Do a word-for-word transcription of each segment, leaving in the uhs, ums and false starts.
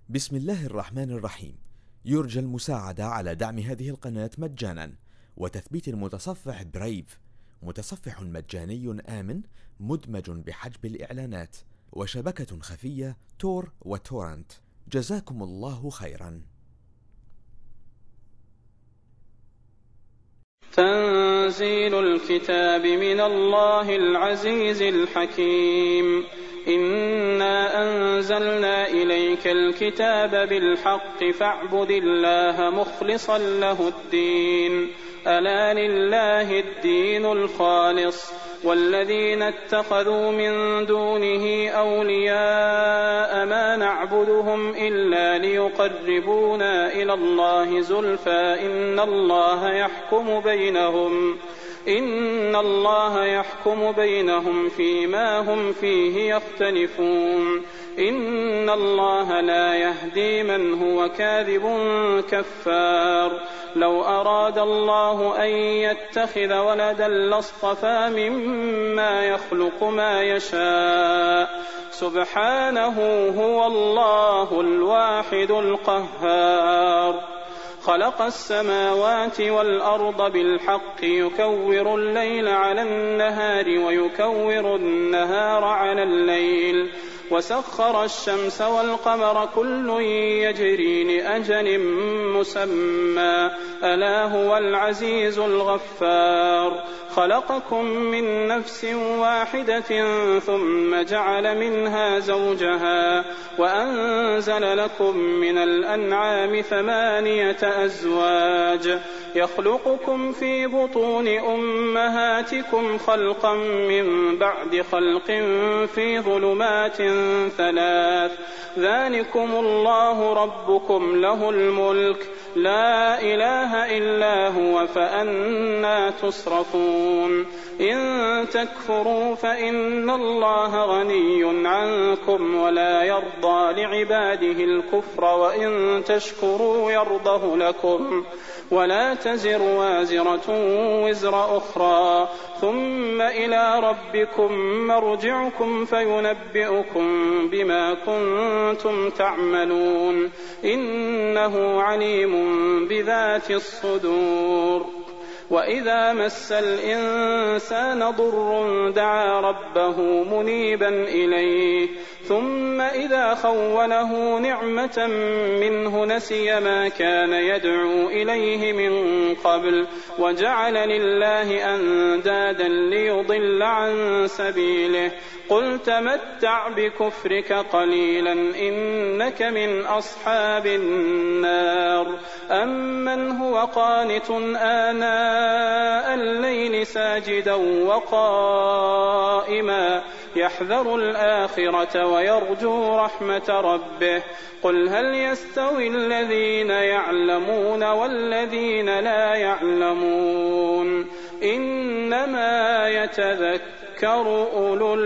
بسم الله الرحمن الرحيم. يرجى المساعدة على دعم هذه القناة مجانا وتثبيت المتصفح برايف، متصفح مجاني آمن مدمج بحجب الإعلانات، وشبكة خفية تور وتورنت. جزاكم الله خيرا. تنزيل الكتاب من الله العزيز الحكيم. إنا أنزلنا إليك الكتاب بالحق فاعبد الله مخلصا له الدين. ألا لله الدين الخالص والذين اتخذوا من دونه أولياء ما نعبدهم إلا ليقربونا إلى الله زلفى إن الله يحكم بينهم إن الله يحكم بينهم فيما هم فيه يختلفون. إن الله لا يهدي من هو كاذب كفار. لو أراد الله أن يتخذ ولدا لاصطفى مما يخلق ما يشاء سبحانه هو الله الواحد القهار. خلق السماوات والأرض بالحق يكور الليل على النهار ويكور النهار على الليل وسخر الشمس والقمر كل يجري لأجل مسمى ألا هو العزيز الغفار. خلقكم من نفس واحدة ثم جعل منها زوجها وأنزل لكم من الأنعام ثمانية أزواج يخلقكم في بطون أمهاتكم خلقا من بعد خلق في ظلمات ثلاث. ذلكم الله ربكم له الملك لا إله إلا هو فأنى تصرفون. إن تكفروا فإن الله غني عنكم ولا يرضى لعباده الكفر وإن تشكروا يرضه لكم ولا تزر وازرة وزر أخرى ثم إلى ربكم مرجعكم فينبئكم بما كنتم تعملون إنه عليم بذات الصدور. وإذا مس الإنسان ضر دعا ربه منيبا إليه ثم إذا خوله نعمة منه نسي ما كان يدعو إليه من قبل وجعل لله أندادا ليضل عن سبيله. قل تمتع بكفرك قليلا إنك من أصحاب النار. أمن هو قانت آناء الليل ساجدا وقائما يحذر الآخرة ويرجو رحمة ربه. قل هل يستوي الذين يعلمون والذين لا يعلمون إنما يتذكر أولو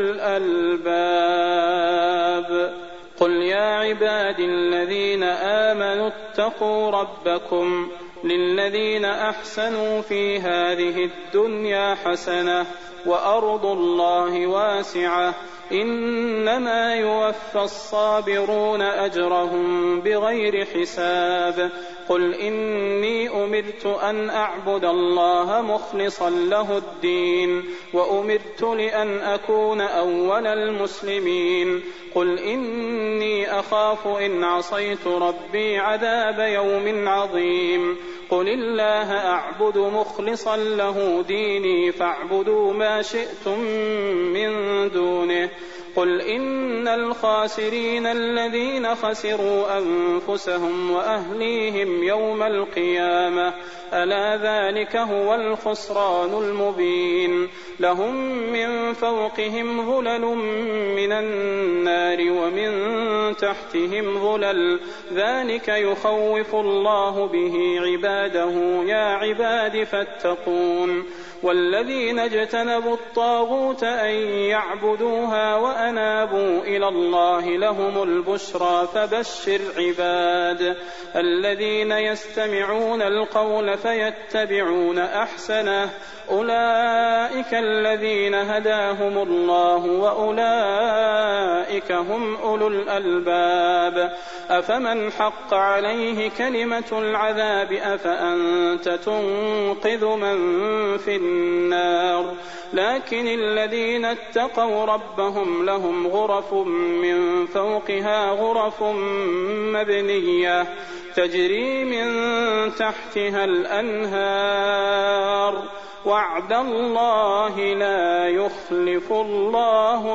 الألباب. قل يا عبادي الذين آمنوا اتقوا ربكم للذين أحسنوا في هذه الدنيا حسنة وأرض الله واسعة إنما يوفى الصابرون أجرهم بغير حساب. قل إني أمرت أن أعبد الله مخلصا له الدين وأمرت لأن أكون أول المسلمين. قل إني أخاف إن عصيت ربي عذاب يوم عظيم. قل الله أعبد مخلصا له ديني فاعبدوا ما شئتم من دونه. قل إن الخاسرين الذين خسروا أنفسهم وأهليهم يوم القيامة ألا ذلك هو الخسران المبين. لهم من فوقهم ظلل من النار ومن تحتهم ظلل ذلك يخوف الله به عباده يا عباد فاتقون. والذين اجتنبوا الطاغوت أن يعبدوها وأنابوا إلى الله لهم البشرى فبشر عباد. الذين يستمعون القول فيتبعون أحسنه أولئك الذين هداهم الله وأولئك هم أولو الألباب. أفمن حق عليه كلمة العذاب أفأنت تنقذ من في النار لكن الذين اتقوا ربهم لهم غرف من فوقها غرف مبنية تجري من تحتها الأنهار وعد الله لا يخلف الله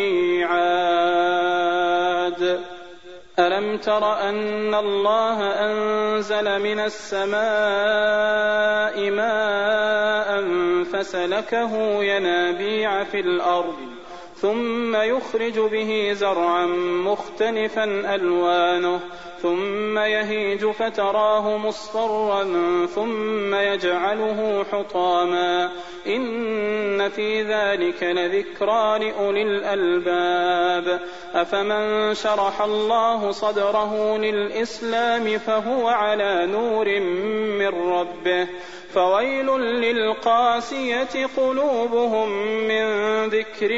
الميعاد ألم تر أن الله أنزل من السماء ماء فسلكه ينابيع في الأرض ثم يخرج به زرعا مختلفا ألوانه ثم يهيج فتراه مصفرا ثم يجعله حطاما إن في ذلك لذكرى لأولي الألباب أفمن شرح الله صدره للإسلام فهو على نور من ربه فويل للقاسية قلوبهم من ذكر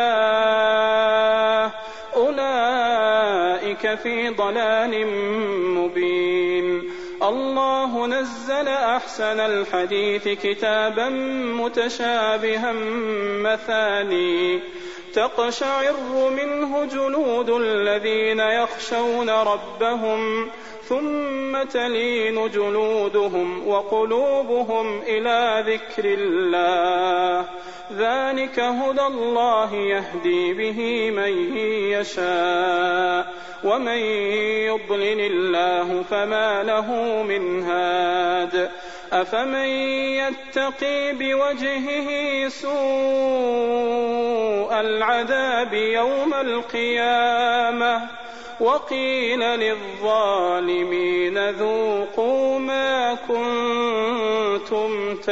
الله أولئك في ضلال مبين الله نزل أحسن الحديث كتابا متشابها مثاني تقشعر منه جلود الذين يخشون ربهم ثم تلين جلودهم وقلوبهم إلى ذكر الله ذلك هدى الله يهدي به من يشاء ومن يضلل الله فما له من هاد أفمن يتقي بوجهه سوء العذاب يوم القيامة وقيل للظالمين ذوقوا ما كنتم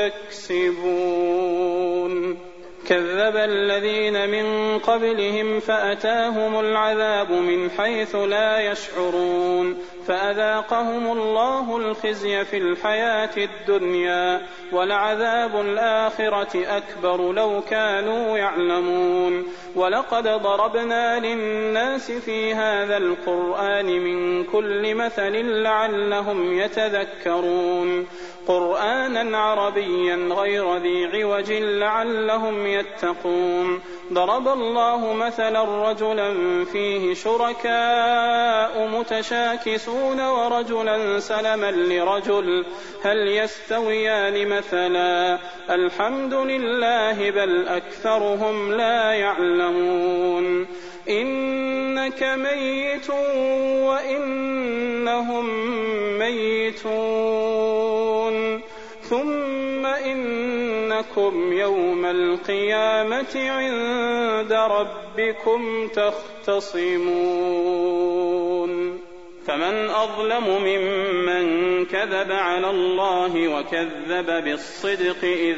تكسبون كذب الذين من قبلهم فأتاهم العذاب من حيث لا يشعرون فأذاقهم الله الخزي في الحياة الدنيا ولعذاب الآخرة أكبر لو كانوا يعلمون ولقد ضربنا للناس في هذا القرآن من كل مثل لعلهم يتذكرون قرآنا عربيا غير ذي عوج لعلهم يتقون ضرب الله مثلا رجلا فيه شركاء متشاكسون ورجلا سلما لرجل هل يستويان مثلا الحمد لله بل أكثرهم لا يعلمون إنك ميت وإنهم ميتون ثم إنكم يوم القيامة عند ربكم تختصمون فمن أظلم ممن كذب على الله وكذب بالصدق إذ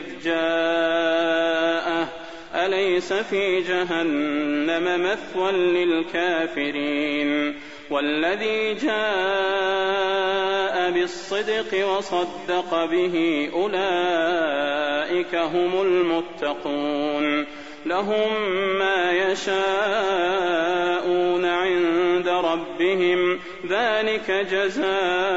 جاءه أليس في جهنم مثوى للكافرين والذي جاء بالصدق وصدق به أولئك هم المتقون لهم ما يشاءون عند ربهم ذلك جزاء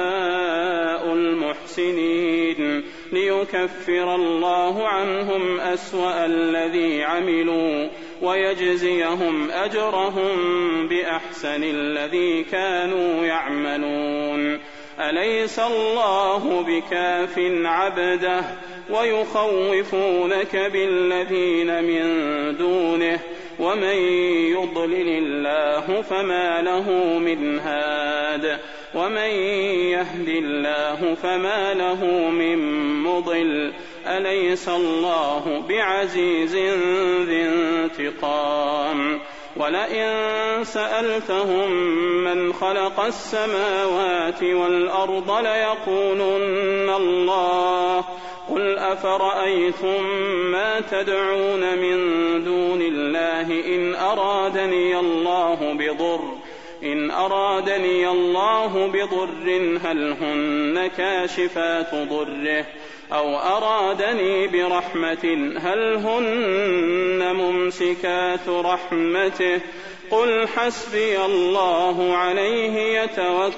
المحسنين ليكفر الله عنهم أسوأ الذي عملوا ويجزيهم أجرهم بأحسن الذي كانوا يعملون أليس الله بكاف عبده ويخوفونك بالذين من دونه ومن يضلل الله فما له من هاد ومن يهد الله فما له من مضل أليس الله بعزيز ذي انتقام ولئن سألتهم من خلق السماوات والأرض ليقولن الله قل أفرأيتم ما تدعون من دون الله إن أرادني الله بضر إن أرادني الله بضر هل هن كاشفات ضره أو أرادني برحمة هل هن ممسكات رحمته قل حسبي الله عليه يتوكل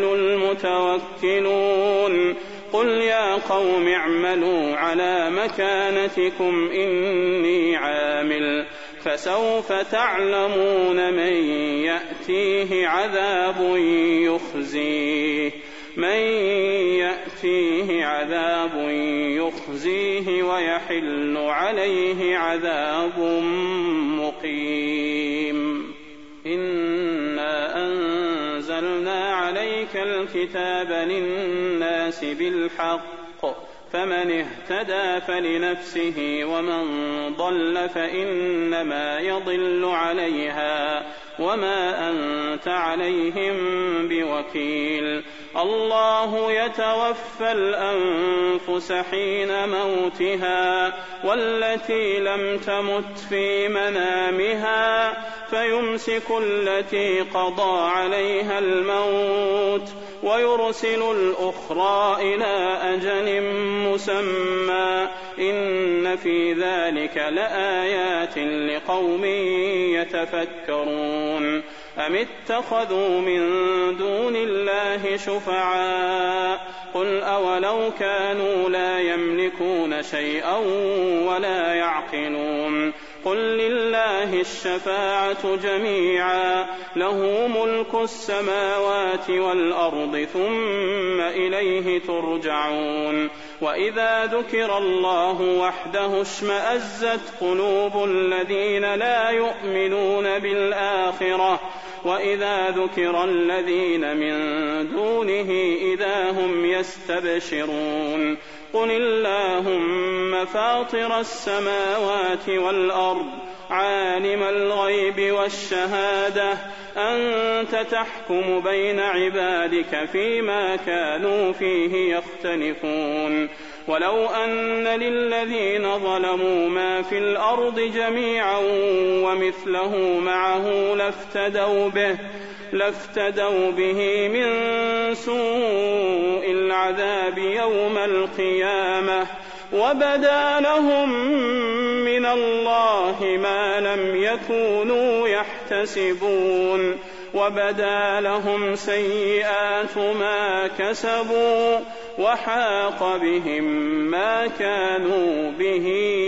المتوكلون قل يا قوم اعملوا على مكانتكم إني عامل فسوف تعلمون من يأتيه عذاب يخزيه من يأتيه عذاب يخزيه ويحل عليه عذاب مقيم إنا أنزلنا عليك الكتاب للناس بالحق فمن اهتدى فلنفسه ومن ضل فإنما يضل عليها وما أنت عليهم بوكيل الله يتوفى الأنفس حين موتها والتي لم تمت في منامها فيمسك التي قضى عليها الموت ويرسل الأخرى إلى أجل مسمى إن في ذلك لآيات لقوم يتفكرون أم اتخذوا من دون الله شفعاء قل أولو كانوا لا يملكون شيئا ولا يعقلون قل لله الشفاعة جميعا له ملك السماوات والأرض ثم إليه ترجعون وإذا ذكر الله وحده اشمأزت قلوب الذين لا يؤمنون بالآخرة وإذا ذكر الذين من دونه إذا هم يستبشرون قل اللهم فاطر السماوات والأرض عالم الغيب والشهادة أنت تحكم بين عبادك فيما كانوا فيه يختلفون ولو أن للذين ظلموا ما في الأرض جميعا ومثله معه لافتدوا به لافتدوا به من سوء العذاب يوم القيامة وبدا لهم من الله ما لم يكونوا يحتسبون وبدا لهم سيئات ما كسبوا وحاق بهم ما كانوا به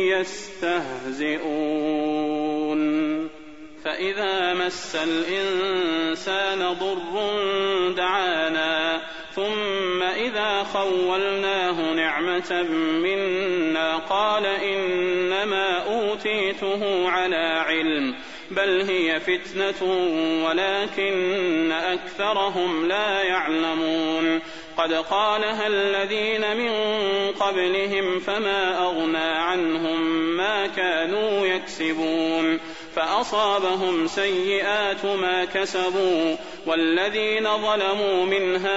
يستهزئون فإذا مس الإنسان ضر دعانا ثم إذا خولناه نعمة منا قال إنما أوتيته على علم بل هي فتنة ولكن أكثرهم لا يعلمون قد قالها الذين من قبلهم فما أغنى عنهم ما كانوا يكسبون فأصابهم سيئات ما كسبوا والذين ظلموا من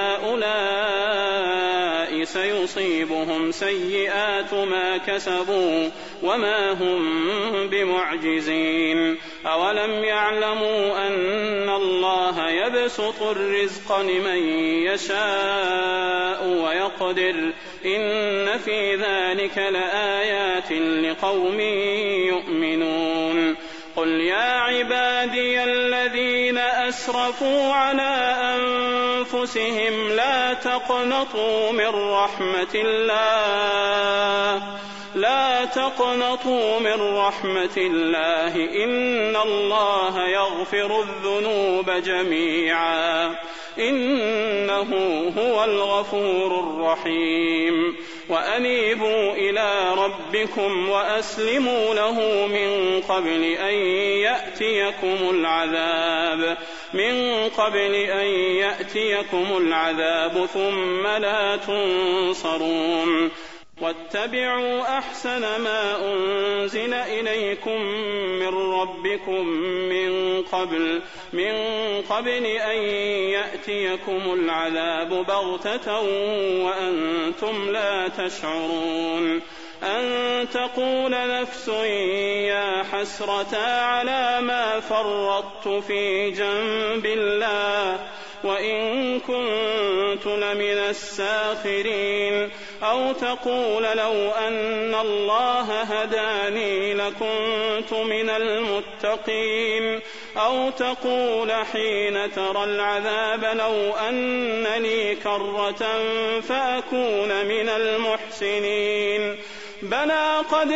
هؤلاء سيصيبهم سيئات ما كسبوا وما هم بمعجزين أولم يعلموا أن الله يبسط الرزق لمن يشاء ويقدر إن في ذلك لآيات لقوم يؤمنون قل يا عبادي الذين أسرفوا على أنفسهم لا تقنطوا من رحمة الله لا تقنطوا من رحمة الله إن الله يغفر الذنوب جميعا إنه هو الغفور الرحيم وأنيبوا إلى ربكم وأسلموا له من قبل أن يأتيكم العذاب من قبل أن يأتيكم العذاب ثم لا تنصرون واتبعوا أحسن ما أنزل إليكم من ربكم من قبل من قبل أن يأتيكم العذاب بغتة وأنتم لا تشعرون أن تقول نفس يا حسرة على ما فرطت في جنب الله وإن كنت كنت لمن الساخرين أو تقول لو أن الله هداني لكنت من المتقين أو تقول حين ترى العذاب لو أن لي كرة فأكون من المحسنين بلى قد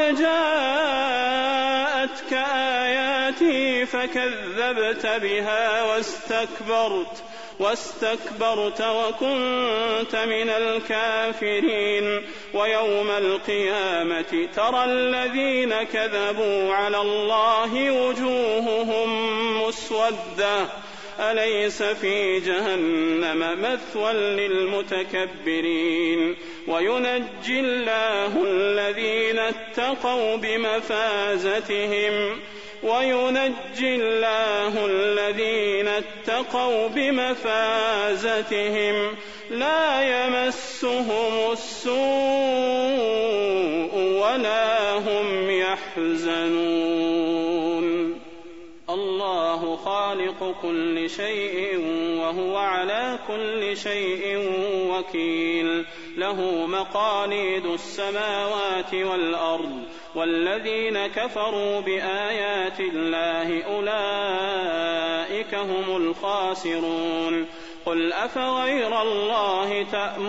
جاءتك آياتي فكذبت بها واستكبرت واستكبرت وكنت من الكافرين ويوم القيامة ترى الذين كذبوا على الله وجوههم مسودة أليس في جهنم مثوى للمتكبرين وينجي الله الذين اتقوا بمفازتهم وينجي الله الذين اتقوا بمفازتهم لا يمسهم السوء ولا هم يحزنون الله خالق كل شيء وهو على كل شيء وكيل له مقاليد السماوات والأرض والذين كفروا بآيات الله أولئك هم الخاسرون قل أفغير الله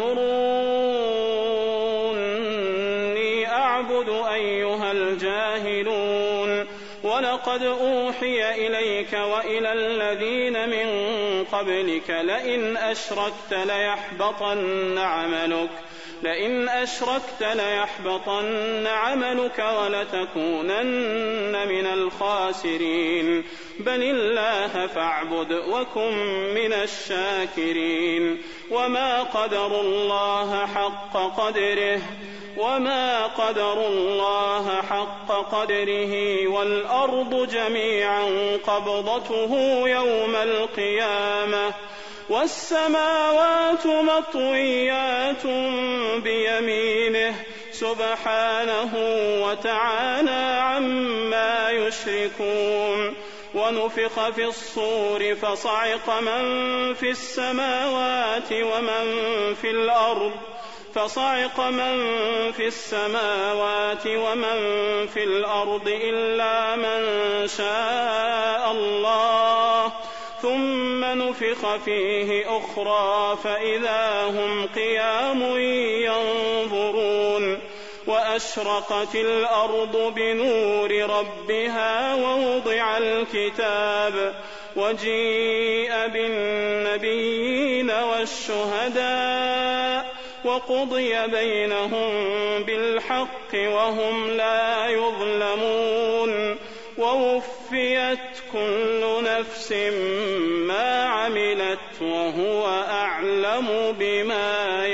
تأمروني أعبد أيها الجاهلون ولقد أوحي إليك وإلى الذين من قبلك لئن أشركت ليحبطن عملك لئن أشركت ليحبطن عملك ولتكونن من الخاسرين بل الله فاعبد وكن من الشاكرين وما قدروا الله حق قدره وما قدروا الله حق قدره والأرض جميعا قبضته يوم القيامة والسماوات مطويات بيمينه سبحانه وتعالى عما يشركون ونفخ في الصور فصعق من في السماوات ومن في الأرض فصعق من في السماوات ومن في الأرض إلا من شاء الله ثم نفخ فيه أخرى فإذا هم قيام ينظرون وأشرقت الأرض بنور ربها ووضع الكتاب وجيء بالنبيين والشهداء وقضي بينهم بالحق وهم لا يظلمون ووفيت كل نفس ما عملت وهو أعلم بما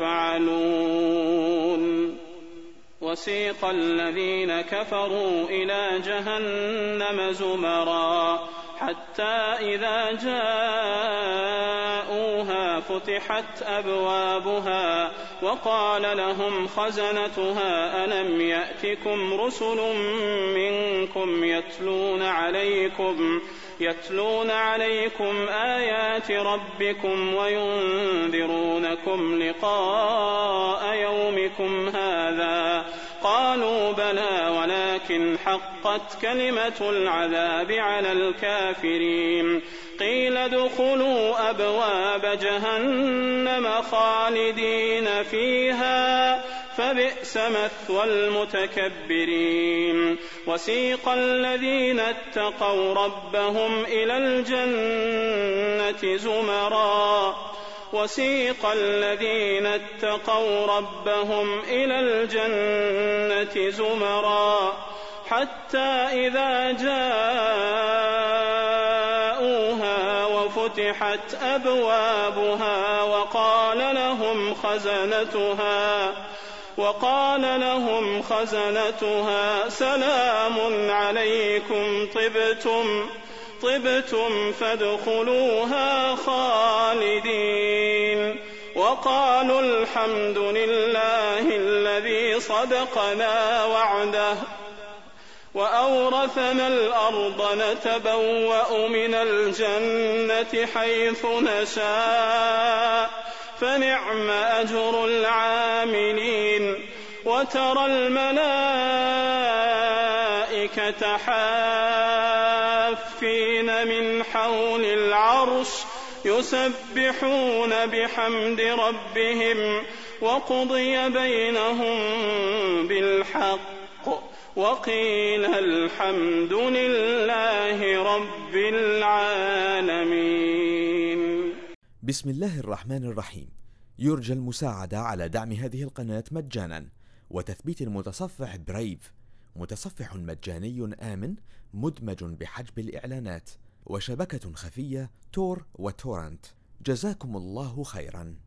يفعلون وسيق الذين كفروا إلى جهنم زمرا حتى إذا جاءوها فتحت أبوابها وقال لهم خزنتها ألم يأتكم رسل منكم يتلون عليكم يتلون عليكم آيات ربكم وينذرونكم لقاء يومكم هذا قالوا بلى ولكن حقت كلمة العذاب على الكافرين قيل ادخلوا أبواب جهنم خالدين فيها فبئس مثوى المتكبرين وسيق الذين اتقوا ربهم إلى الجنة زمرا وسيق الذين اتقوا ربهم إلى الجنة زمرا حتى إذا جاءوها وفتحت أبوابها وقال لهم خزنتها وقال لهم خزنتها سلام عليكم طبتم طبتم فادخلوها خالدين وقالوا الحمد لله الذي صدقنا وعده وأورثنا الأرض نتبوأ من الجنة حيث نشاء فنعم أجر العاملين. وترى الملائكة حافين من حول العرش يسبحون بحمد ربهم وقضي بينهم بالحق وقيل الحمد لله رب العالمين. بسم الله الرحمن الرحيم. يرجى المساعدة على دعم هذه القناة مجانا وتثبيت المتصفح برايف، متصفح مجاني آمن مدمج بحجب الإعلانات، وشبكة خفية تور وتورنت. جزاكم الله خيرا.